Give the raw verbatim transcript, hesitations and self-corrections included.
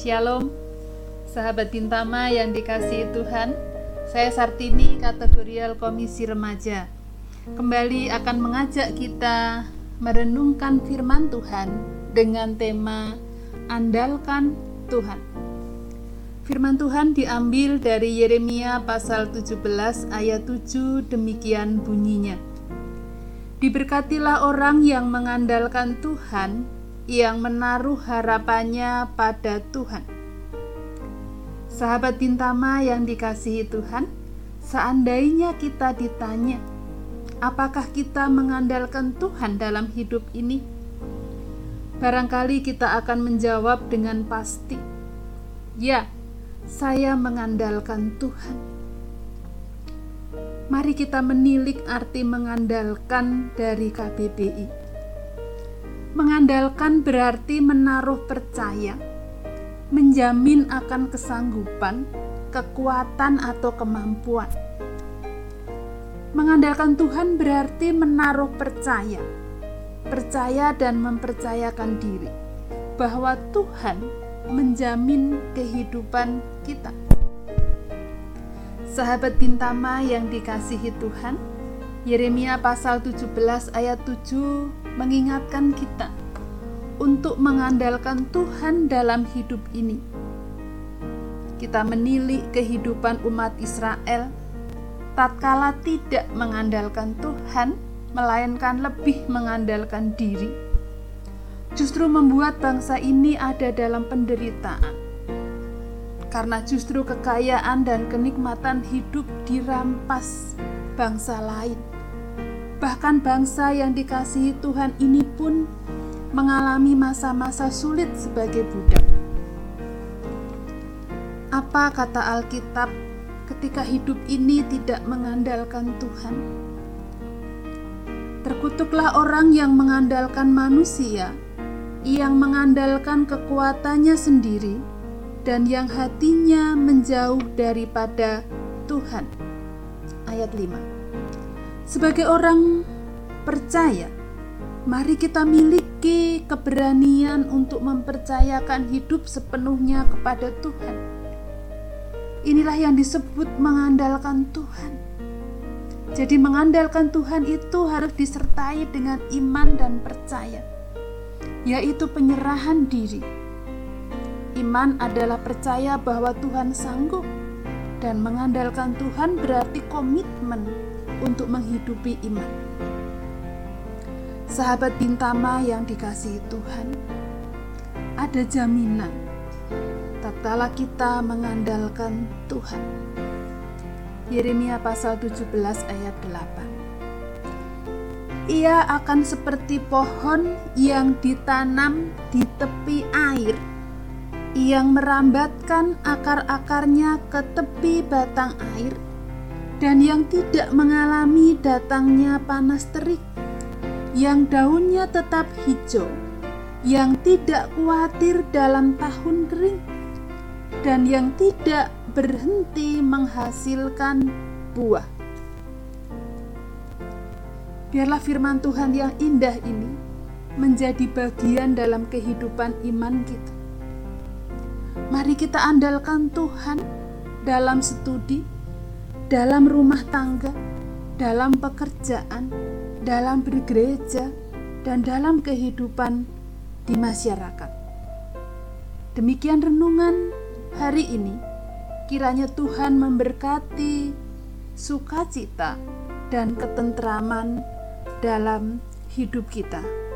Shalom, sahabat Bintama yang dikasihi Tuhan. Saya Sartini, kategorial Komisi Remaja. Kembali akan mengajak kita merenungkan firman Tuhan dengan tema Andalkan Tuhan. Firman Tuhan diambil dari Yeremia pasal tujuh belas ayat tujuh, demikian bunyinya. Diberkatilah orang yang mengandalkan Tuhan, yang menaruh harapannya pada Tuhan. Sahabat Bintama yang dikasihi Tuhan, seandainya kita ditanya, apakah kita mengandalkan Tuhan dalam hidup ini? Barangkali kita akan menjawab dengan pasti, ya, saya mengandalkan Tuhan. Mari kita menilik arti mengandalkan dari K B B I. Mengandalkan berarti menaruh percaya, menjamin akan kesanggupan, kekuatan atau kemampuan. Mengandalkan Tuhan berarti menaruh percaya, percaya dan mempercayakan diri bahwa Tuhan menjamin kehidupan kita. Sahabat Bintama yang dikasihi Tuhan, Yeremia pasal tujuh belas ayat tujuh mengingatkan kita untuk mengandalkan Tuhan dalam hidup ini. Kita menilik kehidupan umat Israel tatkala tidak mengandalkan Tuhan, melainkan lebih mengandalkan diri, justru membuat bangsa ini ada dalam penderitaan. Karena justru kekayaan dan kenikmatan hidup dirampas bangsa lain. Bahkan bangsa yang dikasihi Tuhan ini pun mengalami masa-masa sulit sebagai budak. Apa kata Alkitab ketika hidup ini tidak mengandalkan Tuhan? Terkutuklah orang yang mengandalkan manusia, yang mengandalkan kekuatannya sendiri, dan yang hatinya menjauh daripada Tuhan. Ayat lima. Sebagai orang percaya, mari kita miliki keberanian untuk mempercayakan hidup sepenuhnya kepada Tuhan. Inilah yang disebut mengandalkan Tuhan. Jadi mengandalkan Tuhan itu harus disertai dengan iman dan percaya, yaitu penyerahan diri. Iman adalah percaya bahwa Tuhan sanggup, dan mengandalkan Tuhan berarti komitmen untuk menghidupi iman. Sahabat Bintama yang dikasihi Tuhan, ada jaminan tatkala kita mengandalkan Tuhan. Yeremia pasal tujuh belas ayat delapan. Ia akan seperti pohon yang ditanam di tepi air, yang merambatkan akar-akarnya ke tepi batang air, dan yang tidak mengalami datangnya panas terik, yang daunnya tetap hijau, yang tidak khawatir dalam tahun kering, dan yang tidak berhenti menghasilkan buah. Biarlah firman Tuhan yang indah ini menjadi bagian dalam kehidupan iman kita. Mari kita andalkan Tuhan dalam studi, dalam rumah tangga, dalam pekerjaan, dalam bergereja, dan dalam kehidupan di masyarakat. Demikian renungan hari ini. Kiranya Tuhan memberkati sukacita dan ketentraman dalam hidup kita.